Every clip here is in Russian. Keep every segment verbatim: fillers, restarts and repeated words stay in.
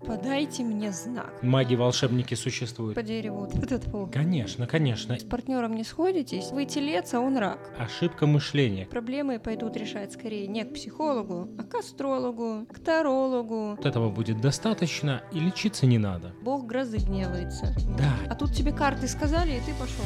Подайте мне знак. Маги-волшебники существуют. По дереву. Вот это вот. Конечно, конечно. С партнером не сходитесь, вы телец, а он рак. Ошибка мышления. Проблемы пойдут решать скорее не к психологу, а к астрологу, к тарологу. Вот этого будет достаточно, и лечиться не надо. Бог грозы гневается. Да. А тут тебе карты сказали, и ты пошел.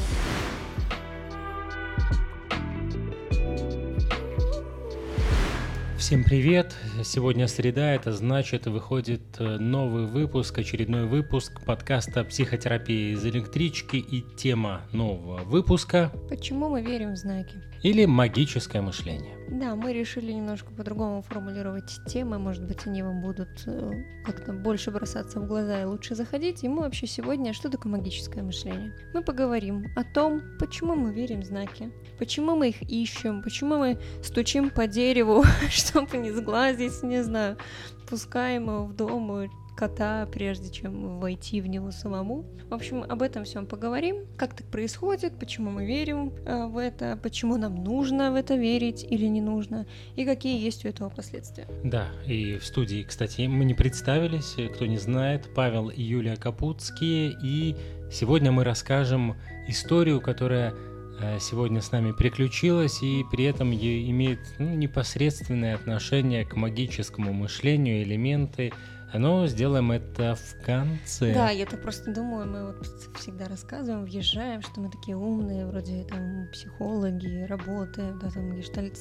Всем привет! Сегодня среда, это значит, выходит новый выпуск, очередной выпуск подкаста «Психотерапия из электрички», и тема нового выпуска Почему мы верим в знаки? или «Магическое мышление». Да, мы решили немножко по-другому формулировать темы, может быть, они вам будут э, как-то больше бросаться в глаза и лучше заходить. И мы вообще сегодня, что такое магическое мышление? Мы поговорим о том, почему мы верим в знаки, почему мы их ищем, почему мы стучим по дереву, чтобы не сглазить, не знаю, пускаем его в дом кота, прежде чем войти в него самому. В общем, об этом всем поговорим. Как так происходит, почему мы верим э, в это, почему нам нужно в это верить или не нужно, и какие есть у этого последствия. Да, и в студии, кстати, мы не представились, кто не знает, Павел и Юлия Капутские, и сегодня мы расскажем историю, которая сегодня с нами приключилась и при этом имеет ну, непосредственное отношение к магическому мышлению, элементы. Но сделаем это в конце. Да, я так просто думаю, мы вот всегда рассказываем, въезжаем, что мы такие умные, вроде там психологи, работаем, да, там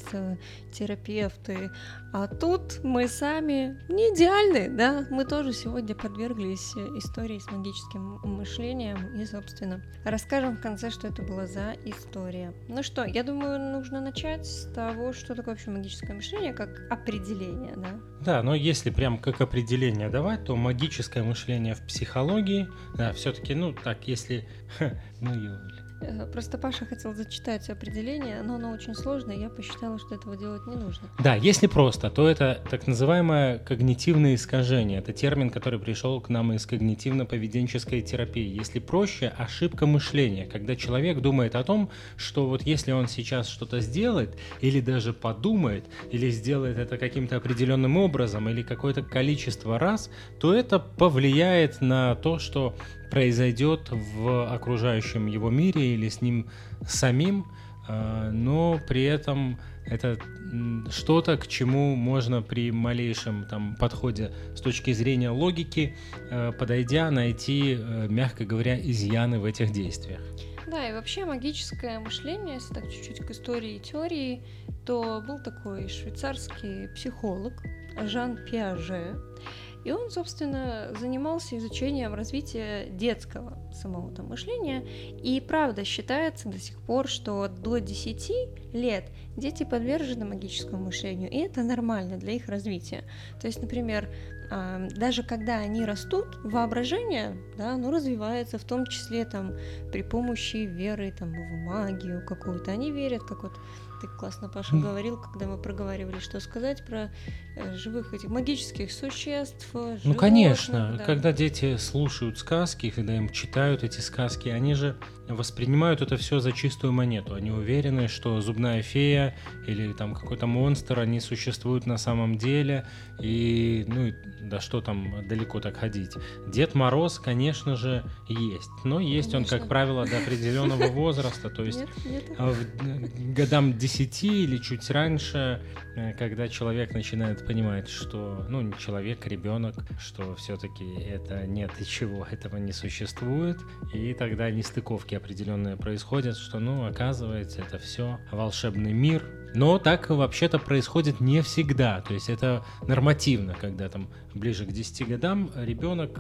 гештальт-терапевты, а тут мы сами не идеальны, да, мы тоже сегодня подверглись истории с магическим мышлением и, собственно, расскажем в конце, что это была за история. Ну что, я думаю, нужно начать с того, что такое вообще магическое мышление, как определение, да? Да, но если прям как определение давать, то магическое мышление в психологии, да, все-таки, ну так, если, ну Юля. Просто Паша хотел зачитать определение, но оно очень сложное, я посчитала, что этого делать не нужно. Да, если просто, то это так называемое когнитивное искажение. Это термин, который пришел к нам из когнитивно-поведенческой терапии. Если проще, ошибка мышления, когда человек думает о том, что вот если он сейчас что-то сделает, или даже подумает, или сделает это каким-то определенным образом, или какое-то количество раз, то это повлияет на то, что произойдет в окружающем его мире или с ним самим, но при этом это что-то, к чему можно при малейшем там, подходе с точки зрения логики, подойдя, найти, мягко говоря, изъяны в этих действиях. Да, и вообще магическое мышление, если так чуть-чуть к истории и теории, то был такой швейцарский психолог Жан Пиаже. И он, собственно, занимался изучением развития детского самого там мышления. И правда считается до сих пор, что до десяти лет дети подвержены магическому мышлению, и это нормально для их развития. То есть, например, даже когда они растут, воображение, да, оно развивается, в том числе там, при помощи веры там, в магию какую-то. Они верят, как вот ты классно, Паша, говорил, когда мы проговаривали, что сказать про э, живых этих магических существ, животных. Ну, конечно, да. Когда дети слушают сказки, когда им читают эти сказки, они же воспринимают это все за чистую монету. Они уверены, что зубная фея или там какой-то монстр, они существуют на самом деле. И, ну, да что там далеко так ходить. Дед Мороз, конечно же, есть. Но есть конечно. Он, как правило, до определенного возраста. То есть нет, нет. годам десяти или чуть раньше, когда человек начинает понимать, что, ну, не человек, а ребенок, что все-таки это нет и чего, этого не существует. И тогда нестыковки определенные происходят, что, ну, оказывается, это все волшебный мир. Но так вообще-то происходит не всегда, то есть это нормативно, когда там ближе к десяти годам ребенок,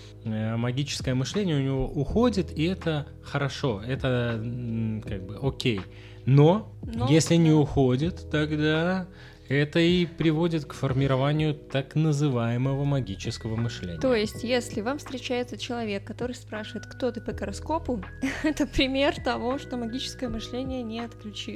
э, магическое мышление у него уходит, и это хорошо, это как бы окей. Но, Но если да. не уходит, тогда это и приводит к формированию так называемого магического мышления. То есть, если вам встречается человек, который спрашивает, кто ты по гороскопу, это пример того, что магическое мышление не отключилось.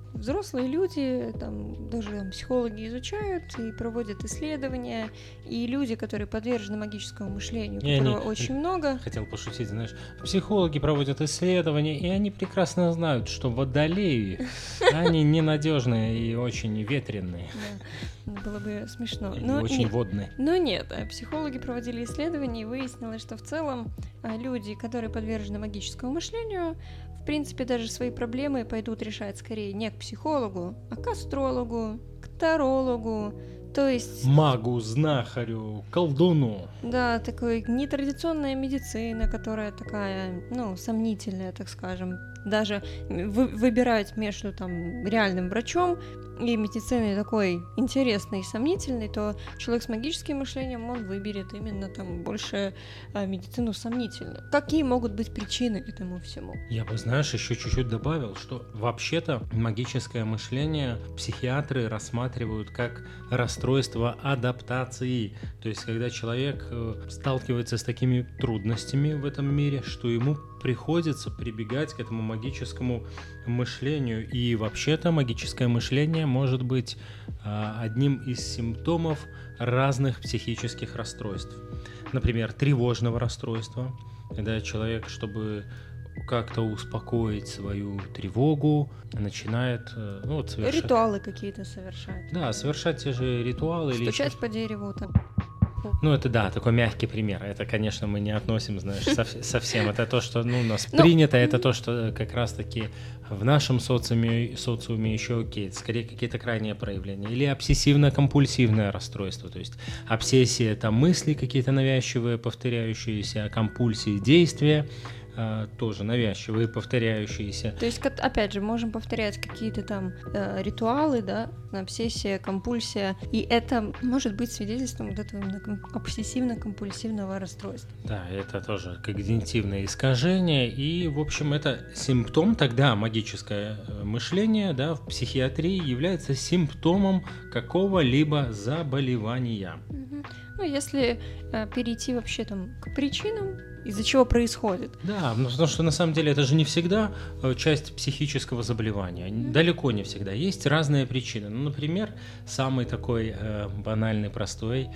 взрослые люди, там даже там, психологи изучают и проводят исследования, и люди, которые подвержены магическому мышлению, И которого они- очень много. Хотел пошутить, знаешь, психологи проводят исследования, и они прекрасно знают, что водолеи, они ненадежные и очень ветреные, Да, было бы смешно. и Но очень нет. водные. Но нет, а психологи проводили исследования, и выяснилось, что в целом а, люди, которые подвержены магическому мышлению, в принципе, даже свои проблемы пойдут решать скорее не к психологу, а к астрологу, к тарологу. То есть, Магу, знахарю, колдуну. да, такой нетрадиционная медицина, которая такая, ну, сомнительная, так скажем. Даже вы- выбирать между там реальным врачом и медициной такой интересной и сомнительной, то человек с магическим мышлением, он выберет именно там больше а, медицину сомнительную. Какие могут быть причины к этому всему? Я бы, знаешь, еще чуть-чуть добавил, что вообще-то магическое мышление психиатры рассматривают как расстройство адаптации. То есть, когда человек э, сталкивается с такими трудностями в этом мире, что ему приходится прибегать к этому магическому мышлению. И вообще-то магическое мышление может быть э, одним из симптомов разных психических расстройств. Например, тревожного расстройства, когда человек, чтобы как-то успокоить свою тревогу, начинает э, ну, вот совершать... Ритуалы какие-то совершать. Да, совершать те же ритуалы. или Стучать еще- по дереву там. Ну, это да, такой мягкий пример. Это, конечно, мы не относим, знаешь, сов- совсем. Это то, что ну, у нас Ну, принято, это то, что как раз-таки в нашем социуме, социуме еще окей. Это скорее какие-то крайние проявления. Или обсессивно-компульсивное расстройство. То есть обсессия — это мысли какие-то навязчивые, повторяющиеся, а компульсии — действия. а, тоже навязчивые, повторяющиеся. То есть, как- опять же, можем повторять какие-то там э, ритуалы, да, обсессия, компульсия, и это может быть свидетельством вот этого именно ком- обсессивно-компульсивного расстройства. Да, это тоже когнитивное искажение, и, в общем, это симптом, тогда магическое э, мышление, да, в психиатрии является симптомом какого-либо заболевания. Мгм. Ну, если э, перейти вообще там к причинам, из-за чего происходит. Да, ну, потому что на самом деле это же не всегда э, часть психического заболевания, Мгм. далеко не всегда. Есть разные причины. Ну, например, самый такой э, банальный, простой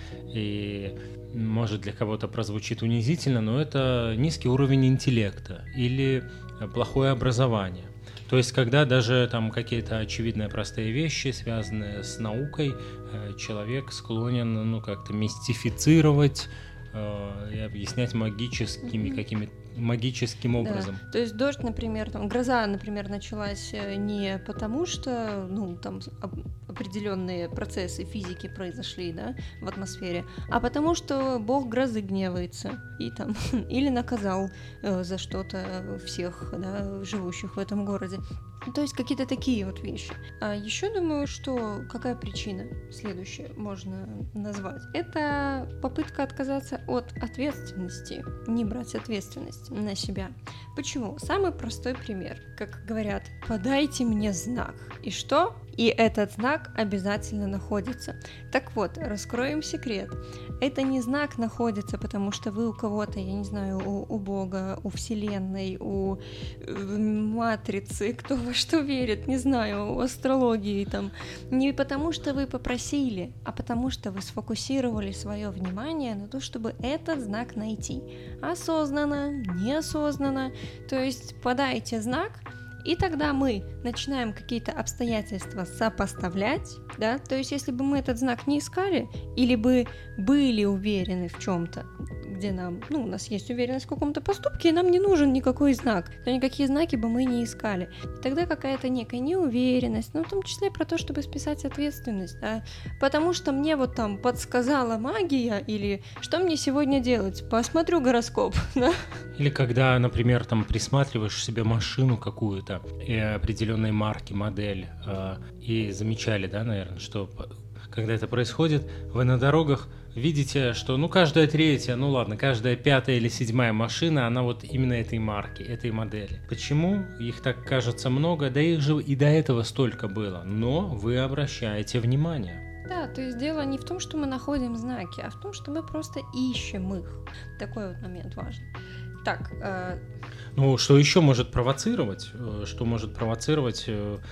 и, может, для кого-то прозвучит унизительно, но это низкий уровень интеллекта или э, плохое образование. То есть, когда даже там какие-то очевидные простые вещи, связанные с наукой, э, человек склонен, ну, как-то мистифицировать э, и объяснять магическими Мгм. какими магическим образом. Да. То есть дождь, например, там гроза, например, началась э, не потому, что ну там с- об- определенные процессы физики произошли, да, в атмосфере, а потому что бог грозы гневается и там или наказал э, за что-то всех, да, живущих в этом городе. То есть какие-то такие вот вещи. А еще думаю, что какая причина следующая можно назвать? Это попытка отказаться от ответственности, не брать ответственность на себя. Почему? Самый простой пример. Как говорят, подайте мне знак. И что? И этот знак обязательно находится. Так вот, раскроем секрет. Это не знак находится, потому что вы у кого-то, я не знаю, у, у Бога, у Вселенной, у э, Матрицы, кто во что верит, не знаю, у астрологии там. Не потому что вы попросили, а потому что вы сфокусировали свое внимание на то, чтобы этот знак найти. Осознанно, неосознанно. То есть подайте знак, и тогда мы начинаем какие-то обстоятельства сопоставлять, да, то есть если бы мы этот знак не искали, или бы были уверены в чем-то, где нам, ну, у нас есть уверенность в каком-то поступке, и нам не нужен никакой знак, то никакие знаки бы мы не искали. И тогда какая-то некая неуверенность, ну, в том числе про то, чтобы списать ответственность, да, потому что мне вот там подсказала магия, или что мне сегодня делать, посмотрю гороскоп, да. Или когда, например, там присматриваешь себе машину какую-то и определенной марки, модель, э, и замечали, да, наверное, что п- когда это происходит, вы на дорогах видите, что, ну, каждая третья, ну ладно, каждая пятая или седьмая машина, она вот именно этой марки, этой модели. Почему их так кажется много? Да их же и до этого столько было, но вы обращаете внимание. Да, то есть дело не в том, что мы находим знаки, а в том, что мы просто ищем их. Такой вот момент важный. Так, э, Ну, что еще может провоцировать? Э, Что может провоцировать э,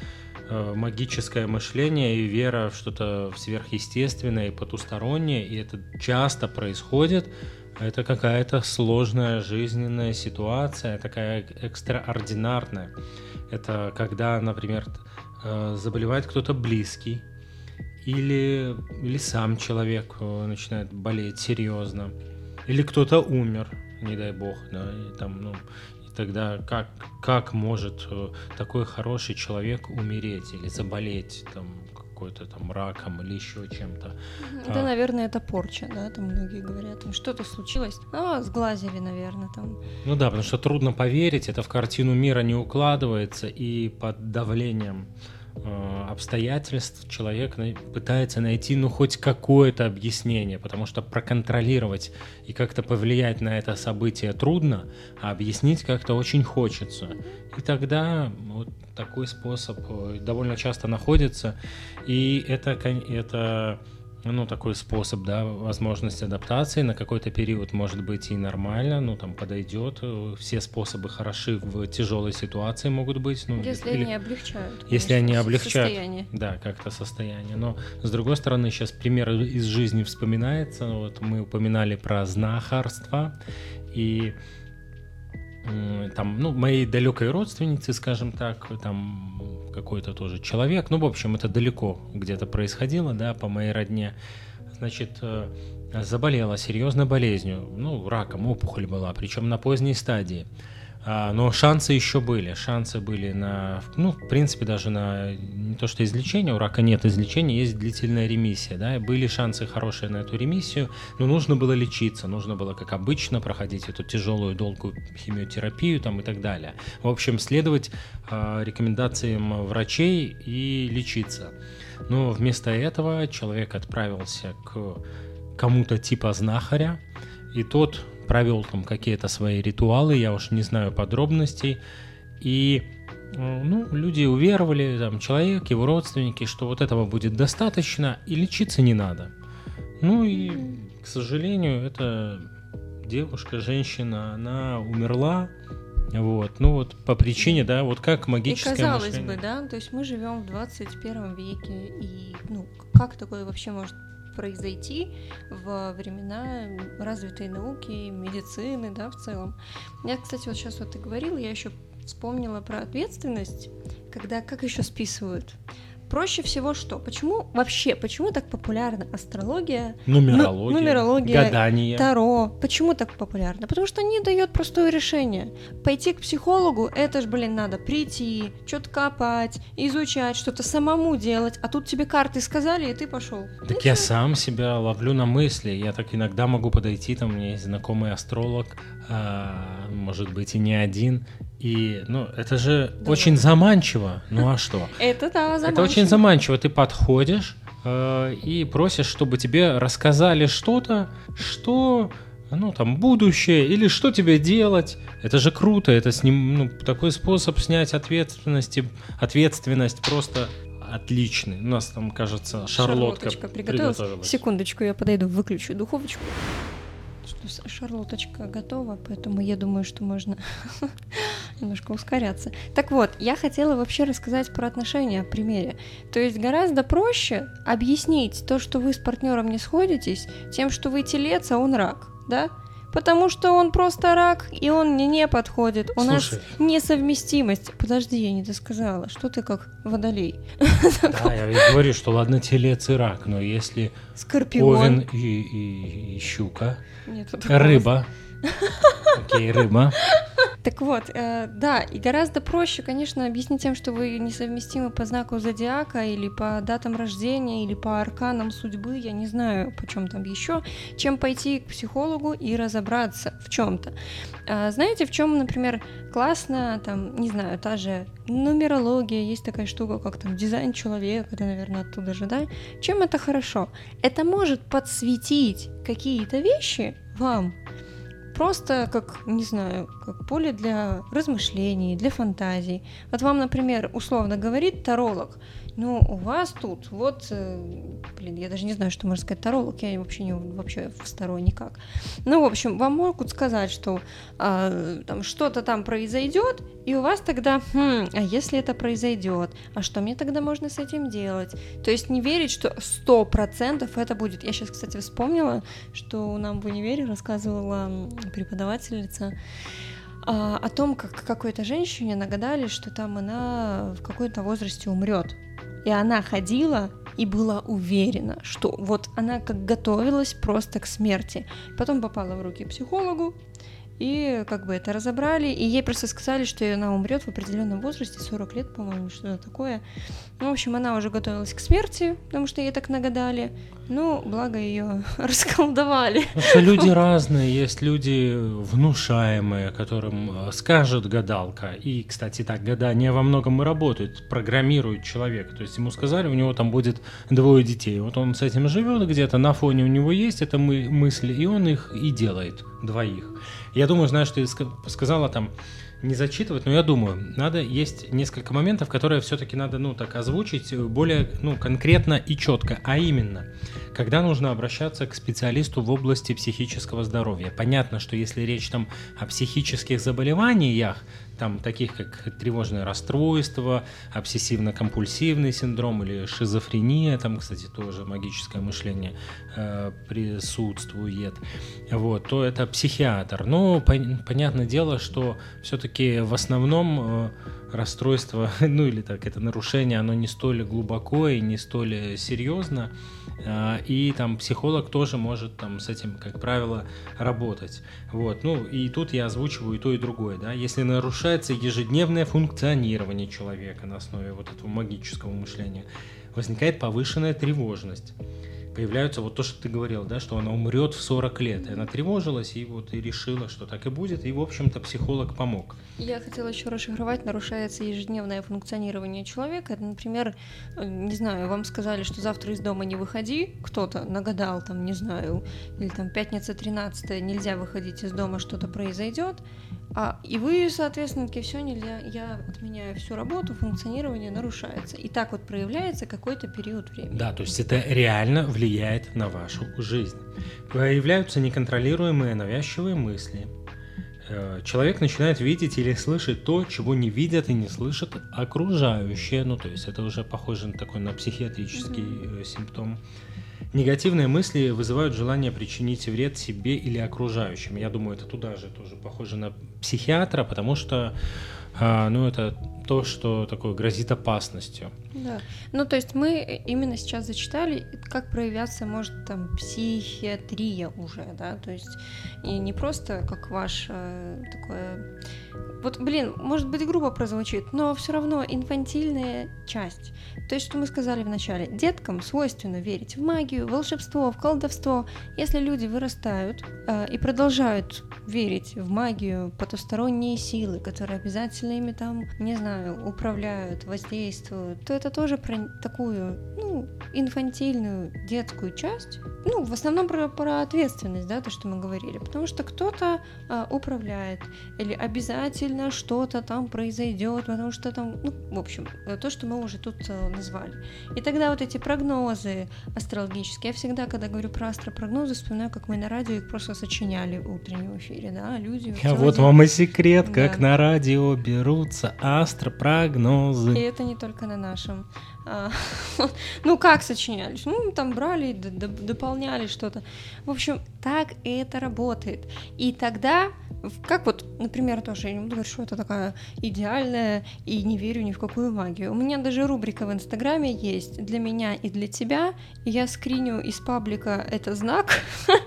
э, магическое мышление и вера в что-то сверхъестественное и потустороннее, и это часто происходит. Это какая-то сложная жизненная ситуация, такая экстраординарная. Это когда, например, э, заболевает кто-то близкий, или, или сам человек э, начинает болеть серьезно, или кто-то умер, не дай бог, да, и там, ну, и тогда как, как может э, такой хороший человек умереть или заболеть там какой-то там раком или еще чем-то? Да, а, наверное, это порча, да, там многие говорят, там что-то случилось, а, сглазили, наверное, там. Ну да, потому что трудно поверить, это в картину мира не укладывается, и под давлением э, обстоятельств человек на- пытается найти, ну, хоть какое-то объяснение, потому что проконтролировать и как-то повлиять на это событие трудно, а объяснить как-то очень хочется. И тогда вот такой способ э, довольно часто находится, и это, кон- это ну, такой способ, да, возможность адаптации на какой-то период может быть и нормально, ну, там, подойдет. э, Все способы хороши в тяжелой ситуации могут быть. Ну, Если или- они облегчают. если конечно, они с- облегчают, состояние. да, как-то состояние. Но, с другой стороны, сейчас пример из жизни вспоминается. Вот мы упоминали про знахарство, и м, там, ну, моей далекой родственницы, скажем так, там какой-то тоже человек, ну, в общем, это далеко где-то происходило, да, по моей родне, значит, э, заболела серьезной болезнью, ну, раком, опухоль была, причем на поздней стадии. А, но шансы еще были, шансы были на, ну, в принципе, даже на не то что излечение, у рака нет излечения, есть длительная ремиссия, да, и были шансы хорошие на эту ремиссию, но нужно было лечиться, нужно было, как обычно, проходить эту тяжелую, долгую химиотерапию там и так далее. В общем, следовать э, рекомендациям врачей и лечиться. Но вместо этого человек отправился к кому-то типа знахаря, и тот провел там какие-то свои ритуалы, я уж не знаю подробностей, и ну, люди уверовали, там, человек, его родственники, что вот этого будет достаточно, и лечиться не надо. Ну и, к сожалению, эта девушка, женщина, она умерла, вот, ну вот по причине, да, вот как И магическое казалось мышление. бы, да, то есть мы живем в двадцать первом веке, и ну как такое вообще может произойти во времена развитой науки, медицины, да, в целом. Я, кстати, вот сейчас вот ты говорила, я еще вспомнила про ответственность, когда как еще списывают. Проще всего что? Почему вообще, почему так популярна астрология, Нумерология, ну, нумерология, гадание. Таро? Почему так популярно? Потому что они дают простое решение. Пойти к психологу, это ж, блин, надо прийти, что-то копать, изучать, что-то самому делать, а тут тебе карты сказали, и ты пошел. Так я сам себя ловлю на мысли. Я так иногда могу подойти, там у меня есть знакомый астролог, а, может быть и не один. И, ну, это же Да очень ладно. заманчиво. Ну а что? Это да, заманчиво. Это очень заманчиво. Ты подходишь э, и просишь, чтобы тебе рассказали что-то, что, ну, там, будущее, или что тебе делать. Это же круто. Это с ним, ну, такой способ снять ответственности, ответственность просто отличный. У нас там, кажется, шарлотка, Шарлоточка приготовилась. приготовилась. Секундочку, я подойду, выключу духовочку. Что с- шарлоточка готова, поэтому я думаю, что можно немножко ускоряться. Так вот, я хотела вообще рассказать про отношения в примере. То есть гораздо проще объяснить то, что вы с партнером не сходитесь, тем, что вы телец, а он рак, да? Потому что он просто рак, и он мне не подходит. У нас Слушай. несовместимость. Подожди, я не досказала. Что ты как водолей? Да, я ведь говорю, что ладно, телец и рак, но если Скорпион. овен и, и- и щука, Нету такого. рыба, окей, рыба. Так вот, э, да, и гораздо проще, конечно, объяснить тем, что вы несовместимы по знаку зодиака или по датам рождения, или по арканам судьбы, я не знаю, по чем там еще, чем пойти к психологу и разобраться в чем-то. Знаете, в чем, например, классно, там, не знаю, та же нумерология, есть такая штука, как там дизайн человека, это, наверное, оттуда же, да? Чем это хорошо? Это может подсветить какие-то вещи вам, просто как, не знаю, как поле для размышлений, для фантазий. Вот вам, например, условно говорит таролог, ну, у вас тут вот, э, блин, я даже не знаю, что можно сказать, таролог, я вообще не вообще в старой никак. Ну, в общем, вам могут сказать, что э, там что-то там произойдет, и у вас тогда, хм, а если это произойдет, а что мне тогда можно с этим делать? То есть не верить, что сто процентов это будет. Я сейчас, кстати, вспомнила, что нам в универе рассказывала преподавательница а, о том, как какой-то женщине нагадали, что там она в какой-то возрасте умрет. И она ходила и была уверена, что вот она как готовилась просто к смерти. Потом попала в руки психологу, и как бы это разобрали, и ей просто сказали, что она умрет в определенном возрасте, сорок лет, по-моему, что-то такое. Ну, в общем, она уже готовилась к смерти, потому что ей так нагадали. Ну, благо ее расколдовали. Что люди разные, есть люди внушаемые, которым скажет гадалка. И, кстати, так гадания во многом и работают, программируют человека. То есть ему сказали, у него там будет двое детей. Вот он с этим живет где-то, на фоне у него есть эта мы- мысль, и он их и делает, двоих. Я думаю, знаешь, что ты сказала там не зачитывать, но я думаю, надо, есть несколько моментов, которые все-таки надо, ну, так озвучить более, ну, конкретно и четко, а именно, когда нужно обращаться к специалисту в области психического здоровья. Понятно, что если речь там о психических заболеваниях, там таких как тревожное расстройство, обсессивно-компульсивный синдром или шизофрения, там, кстати, тоже магическое мышление э, присутствует, вот, то это психиатр. Но пон- понятное дело, что все-таки в основном э, расстройство, ну или так, это нарушение, оно не столь глубоко и не столь серьезно, э, и там психолог тоже может там с этим, как правило, работать. Вот, ну и тут я озвучиваю и то, и другое, да, если нарушается ежедневное функционирование человека на основе вот этого магического мышления, возникает повышенная тревожность. Появляются вот то, что ты говорил, да, что она умрет в сорок лет. И она тревожилась и вот и решила, что так и будет. И, в общем-то, психолог помог. Я хотела еще расшифровать, нарушается ежедневное функционирование человека. Это, например, не знаю, вам сказали, что завтра из дома не выходи, кто-то нагадал, там, не знаю, или там пятница тринадцатое, нельзя выходить из дома, что-то произойдет. А, и вы, соответственно, таки все нельзя, я отменяю всю работу, функционирование нарушается. И так вот проявляется какой-то период времени. Да, то есть это реально влияет на вашу жизнь. Появляются неконтролируемые навязчивые мысли. Человек начинает видеть или слышать то, чего не видят и не слышат окружающие. Ну, то есть это уже похоже на такой на психиатрический mm-hmm. симптом. Негативные мысли вызывают желание причинить вред себе или окружающим. Я думаю, это туда же тоже похоже на психиатра, потому что а, ну, это то, что такое грозит опасностью. Да. Ну, то есть мы именно сейчас зачитали, как проявляться может там психиатрия уже, да, то есть и не просто как ваше такое... Вот, блин, может быть, грубо прозвучит, но все равно инфантильная часть. То есть, что мы сказали в начале, деткам свойственно верить в магию, волшебство, в колдовство. Если люди вырастают э, и продолжают верить в магию, потусторонние силы, которые обязательно ими там, не знаю, управляют, воздействуют, то это тоже про такую, ну, инфантильную детскую часть. Ну, в основном про, про ответственность, да, то, что мы говорили. Потому что кто-то э, управляет или обязательно что-то там произойдет, потому что там, ну, в общем, то, что мы уже тут э, назвали. И тогда вот эти прогнозы астрологические, я всегда, когда говорю про астропрогнозы, вспоминаю, как мы на радио их просто сочиняли в утреннем эфире, да, люди... А вот день... вам и секрет, как да. на радио берутся астропрогнозы. И это не только на нашем. А, ну, как сочинялись? Ну, там брали, д- д- дополняли что-то. В общем, так это работает. И тогда, как вот, например, тоже, я не буду говорить, что это такая идеальная, и не верю ни в какую магию. У меня даже рубрика в Инстаграме есть для меня и для тебя, и я скриню из паблика это знак,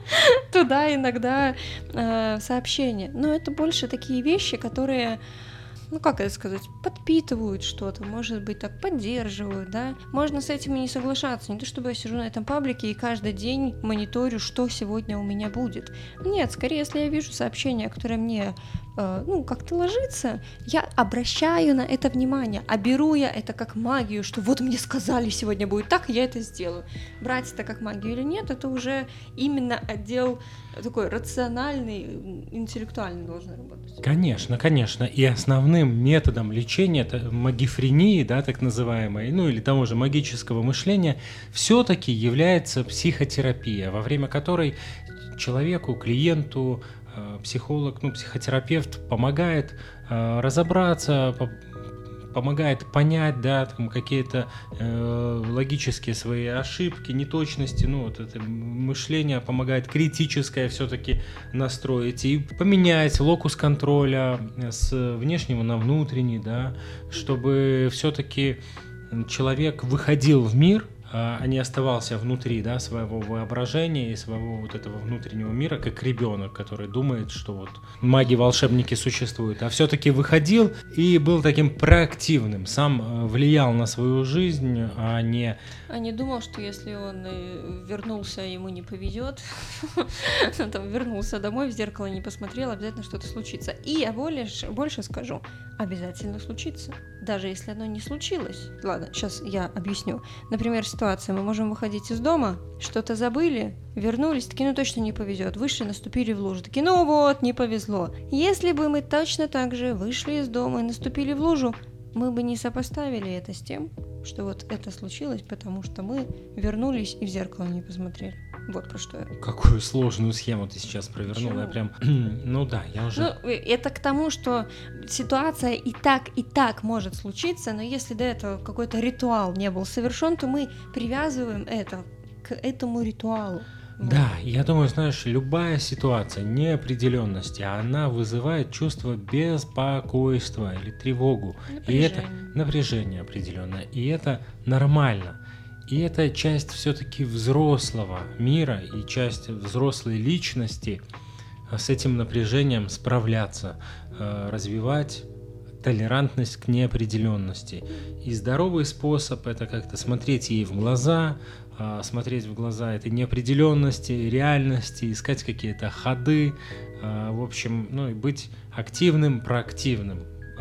туда иногда э, сообщения. Но это больше такие вещи, которые... ну, как это сказать, подпитывают что-то, может быть, так поддерживают, да. Можно с этим и не соглашаться. Не то, чтобы я сижу на этом паблике и каждый день мониторю, что сегодня у меня будет. Нет, скорее, если я вижу сообщение, которое мне э, ну, как-то ложится, я обращаю на это внимание, а беру я это как магию, что вот мне сказали, сегодня будет так, и я это сделаю. Брать это как магию или нет, это уже именно отдел такой рациональный, интеллектуальный должен работать. Конечно, конечно. И основным методом лечения магифрении, да, так называемой, ну или того же магического мышления, все-таки является психотерапия, во время которой человеку, клиенту, психолог, ну, психотерапевт помогает разобраться, помогает понять, да, там какие-то э, логические свои ошибки, неточности, ну, вот это мышление помогает критическое все-таки настроить и поменять локус контроля с внешнего на внутренний, да, чтобы все-таки человек выходил в мир, а не оставался внутри, да, своего воображения и своего вот этого внутреннего мира, как ребенок, который думает, что вот маги-волшебники существуют, а все-таки выходил и был таким проактивным, сам влиял на свою жизнь, а не... А не думал, что если он вернулся, ему не повезет, там вернулся домой, в зеркало не посмотрел, обязательно что-то случится. И я больше, больше скажу, обязательно случится, даже если оно не случилось. Ладно, сейчас я объясню. Например, ситуация, мы можем выходить из дома, что-то забыли, вернулись, таки, ну точно не повезет, вышли, наступили в лужу, таки, ну вот, не повезло. Если бы мы точно так же вышли из дома и наступили в лужу, мы бы не сопоставили это с тем, что вот это случилось, потому что мы вернулись и в зеркало не посмотрели. Вот про что я. Какую сложную схему ты сейчас провернула. Я прям, ну да, я уже... Ну, это к тому, что ситуация и так, и так может случиться, но если до этого какой-то ритуал не был совершен, то мы привязываем это к этому ритуалу. Да, я думаю, знаешь, любая ситуация неопределенности, она вызывает чувство беспокойства или тревогу. Напряжение. И это напряжение определенное. И это нормально. И это часть все-таки взрослого мира и часть взрослой личности с этим напряжением справляться, развивать толерантность к неопределенности. И здоровый способ — это как-то смотреть ей в глаза, смотреть в глаза этой неопределенности, реальности, искать какие-то ходы, в общем, ну и быть активным, проактивным.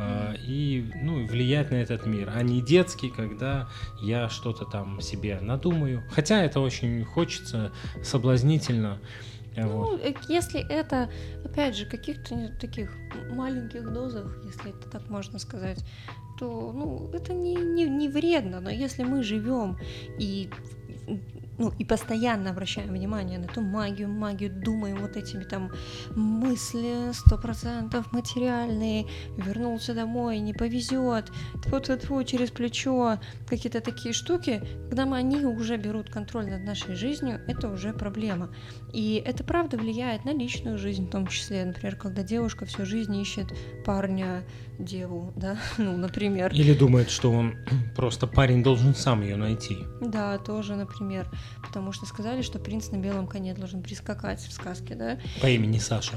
И ну, влиять на этот мир, а не детский, когда я что-то там себе надумаю. Хотя это очень хочется, соблазнительно. Ну, вот. Если это, опять же, каких-то таких маленьких дозах, если это так можно сказать, то ну, это не, не, не вредно. Но если мы живем и ну, и постоянно обращаем внимание на ту магию, магию, думаем вот этими там мысли сто процентов материальные, вернулся домой, не повезет, тьфу-тьфу-тьфу, через плечо, какие-то такие штуки, когда мы, они уже берут контроль над нашей жизнью, это уже проблема. И это правда влияет на личную жизнь в том числе, например, когда девушка всю жизнь ищет парня, деву, да, ну, например. Или думает, что он просто парень должен сам ее найти. Да, тоже, например, потому что сказали, что принц на белом коне должен прискакать в сказке, да? По имени Саша.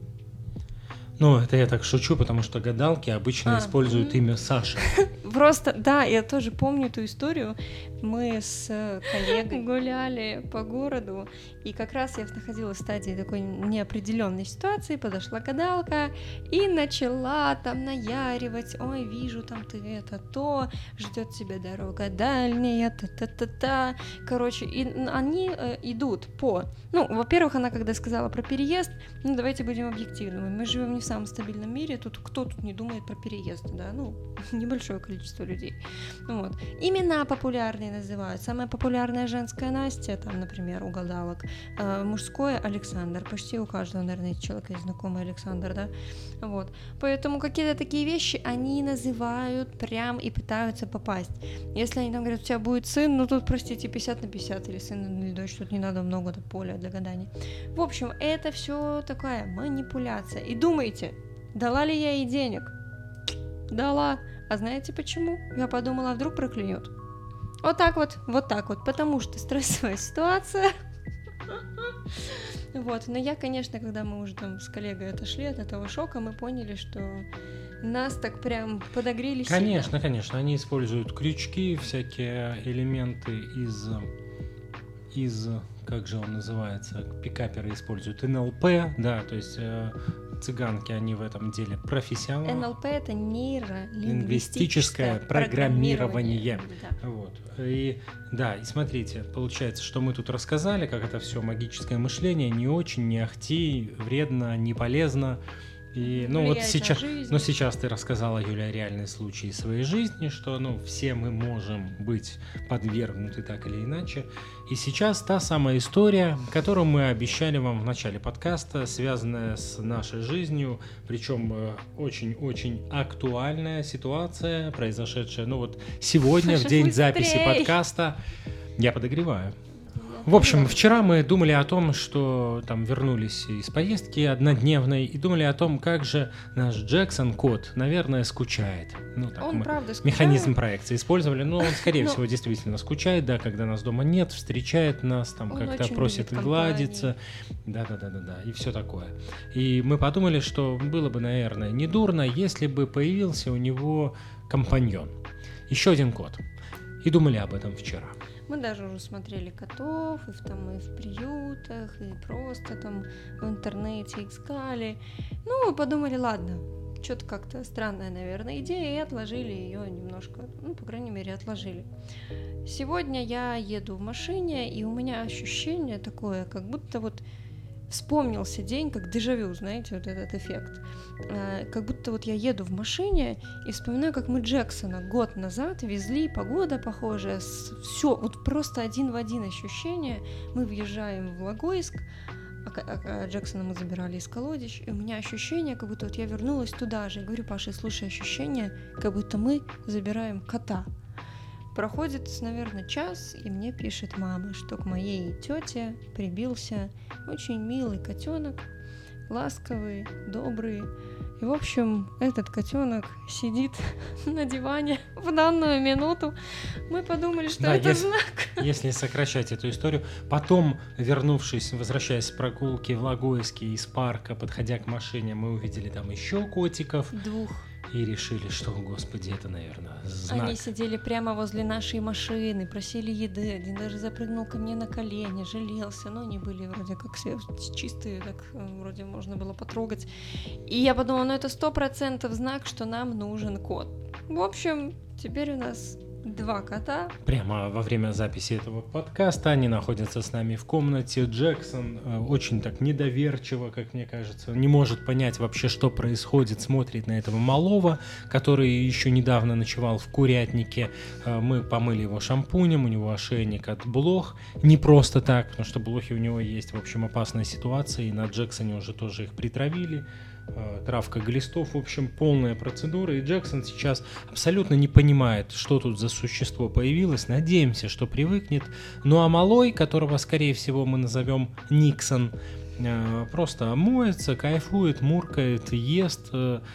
Ну, это я так шучу, потому что гадалки обычно а, используют м- имя Саша. Просто, да, я тоже помню эту историю. Мы с коллегой гуляли по городу, и как раз я находилась в стадии такой неопределенной ситуации, подошла гадалка и начала там наяривать: ой, вижу, там ты это, то, ждет тебя дорога дальняя, та-та-та-та. Короче, и они э, идут по... Ну, во-первых, она когда сказала про переезд, ну, давайте будем объективными, мы живем не в самом стабильном мире, тут кто тут не думает про переезд, да, ну, небольшое количество людей. Вот. Имена популярные называют. Самая популярная женская Настя, там, например, у гадалок. Э, мужское Александр. Почти у каждого, наверное, человека есть знакомый Александр, да? Вот. Поэтому какие-то такие вещи они называют прям и пытаются попасть. Если они там говорят, у тебя будет сын, ну тут, простите, пятьдесят на пятьдесят, или сын или дочь, тут не надо много поля для гадания. В общем, это все такая манипуляция. И думайте, дала ли я ей денег? Дала. А знаете почему? Я подумала, вдруг проклянет. Вот так вот, вот так вот, потому что стрессовая ситуация. Вот, но я, конечно, когда мы уже там с коллегой отошли от этого шока, мы поняли, что нас так прям подогрели сильно. Конечно, конечно, они используют крючки, всякие элементы из, из, как же он называется, пикаперы используют эн эл пэ, да, то есть э, цыганки, они в этом деле профессионалы. эн эл пэ — это нейролингвистическое программирование. Да. Вот. И да, и смотрите, получается, что мы тут рассказали, как это все магическое мышление, не очень, не ахти, вредно, не полезно. И, ну вот сейчас, ну сейчас ты рассказала, Юля, реальные случаи своей жизни, что ну все мы можем быть подвергнуты так или иначе. И сейчас та самая история, которую мы обещали вам в начале подкаста, связанная с нашей жизнью, причем очень-очень актуальная ситуация, произошедшая, ну вот сегодня, в день записи подкаста. Я подогреваю. В общем, вчера мы думали о том, что там вернулись из поездки однодневной и думали о том, как же наш Джексон, кот, наверное, скучает. Ну, так он мы правда скучает. Механизм проекции использовали, но он, скорее всего, действительно скучает, да, когда нас дома нет, встречает нас, там как-то просит гладиться. Да-да-да-да-да, и все такое. И мы подумали, что было бы, наверное, недурно, если бы появился у него компаньон. Еще один кот. И думали об этом вчера. Мы даже уже смотрели котов, и в, там, и в приютах, и просто там в интернете искали. Ну, мы подумали, ладно, что-то как-то странная, наверное, идея, и отложили ее немножко, ну, по крайней мере, отложили. Сегодня я еду в машине, и у меня ощущение такое, как будто вот вспомнился день, как дежавю, знаете, вот этот эффект. Как будто вот я еду в машине и вспоминаю, как мы Джексона год назад везли, погода похожая, все, вот просто один в один ощущение. Мы въезжаем в Логойск, а Джексона мы забирали из Колодищ, и у меня ощущение, как будто вот я вернулась туда же. Я говорю, Паша, слушай, ощущение, как будто мы забираем кота. Проходит, наверное, час, и мне пишет мама, что к моей тете прибился очень милый котенок, ласковый, добрый. И, в общем, этот котенок сидит на диване в данную минуту. Мы подумали, что да, это если, знак. Если сокращать эту историю, потом, вернувшись, возвращаясь с прогулки в Логойске из парка, подходя к машине, мы увидели там еще котиков. Двух. И решили, что, господи, это, наверное, знак. Они сидели прямо возле нашей машины, просили еды. Один даже запрыгнул ко мне на колени, жалелся. Но они были вроде как все чистые, так вроде можно было потрогать. И я подумала, ну это сто процентов знак, что нам нужен кот. В общем, теперь у нас два кота. Прямо во время записи этого подкаста они находятся с нами в комнате. Джексон э, очень так недоверчиво, как мне кажется, не может понять вообще, что происходит, смотрит на этого малого, который еще недавно ночевал в курятнике. Э, мы помыли его шампунем, у него ошейник от блох. Не просто так, потому что блохи у него есть, в общем, опасная ситуация, и на Джексоне уже тоже их притравили. Травка глистов, в общем, полная процедура, и Джексон сейчас абсолютно не понимает, что тут за существо появилось, надеемся, что привыкнет. Ну а малой, которого, скорее всего, мы назовем Никсон, просто моется, кайфует, муркает, ест.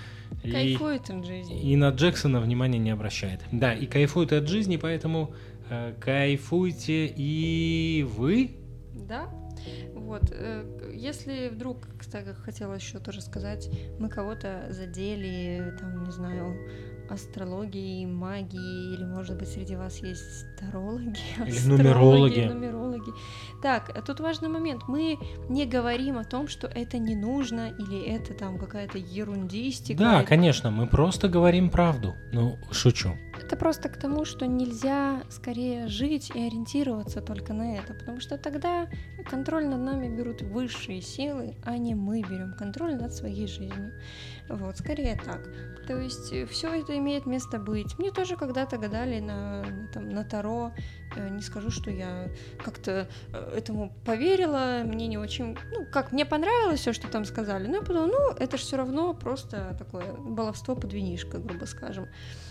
Кайфует от жизни. И на Джексона внимания не обращает. Да, и кайфует от жизни, поэтому э, кайфуйте и вы. Да. Вот, если вдруг, кстати, хотела еще тоже сказать, мы кого-то задели, там, не знаю, астрологией, магией, или, может быть, среди вас есть тарологи, или нумерологи. нумерологи. Так, тут важный момент. Мы не говорим о том, что это не нужно, или это там какая-то ерундистика. Да, конечно, мы просто говорим правду. Ну, шучу. Это просто к тому, что нельзя скорее жить и ориентироваться только на это, потому что тогда контроль над нами берут высшие силы, а не мы берем контроль над своей жизнью. Вот, скорее так. То есть все это имеет место быть. Мне тоже когда-то гадали на, там, на Таро. Не скажу, что я как-то этому поверила, мне не очень, ну, как, мне понравилось все, что там сказали, но я подумала, ну, это же все равно просто такое баловство под винишко, грубо скажем.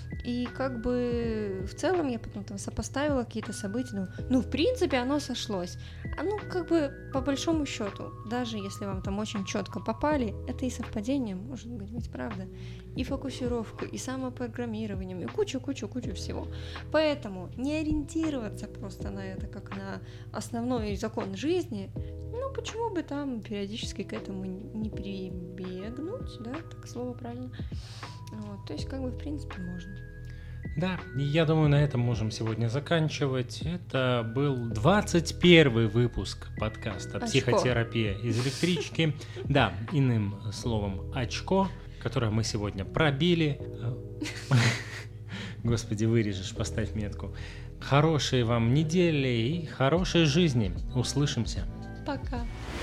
И как бы в целом я потом там сопоставила какие-то события, ну, ну, в принципе, оно сошлось. А ну, как бы, по большому счету, даже если вам там очень четко попали, это и совпадение, может быть, ведь правда, и фокусировку, и самопрограммированием, и кучу-кучу-кучу всего. Поэтому не ориентироваться просто на это, как на основной закон жизни, ну, почему бы там периодически к этому не прибегнуть, да, так слово правильно. Вот, то есть, как бы, в принципе, можно. Да, и я думаю, на этом можем сегодня заканчивать. Это был двадцать первый выпуск подкаста Очко. «Психотерапия из электрички». Да, иным словом, очко, которое мы сегодня пробили. Господи, вырежешь, поставь метку. Хорошей вам недели и хорошей жизни. Услышимся. Пока.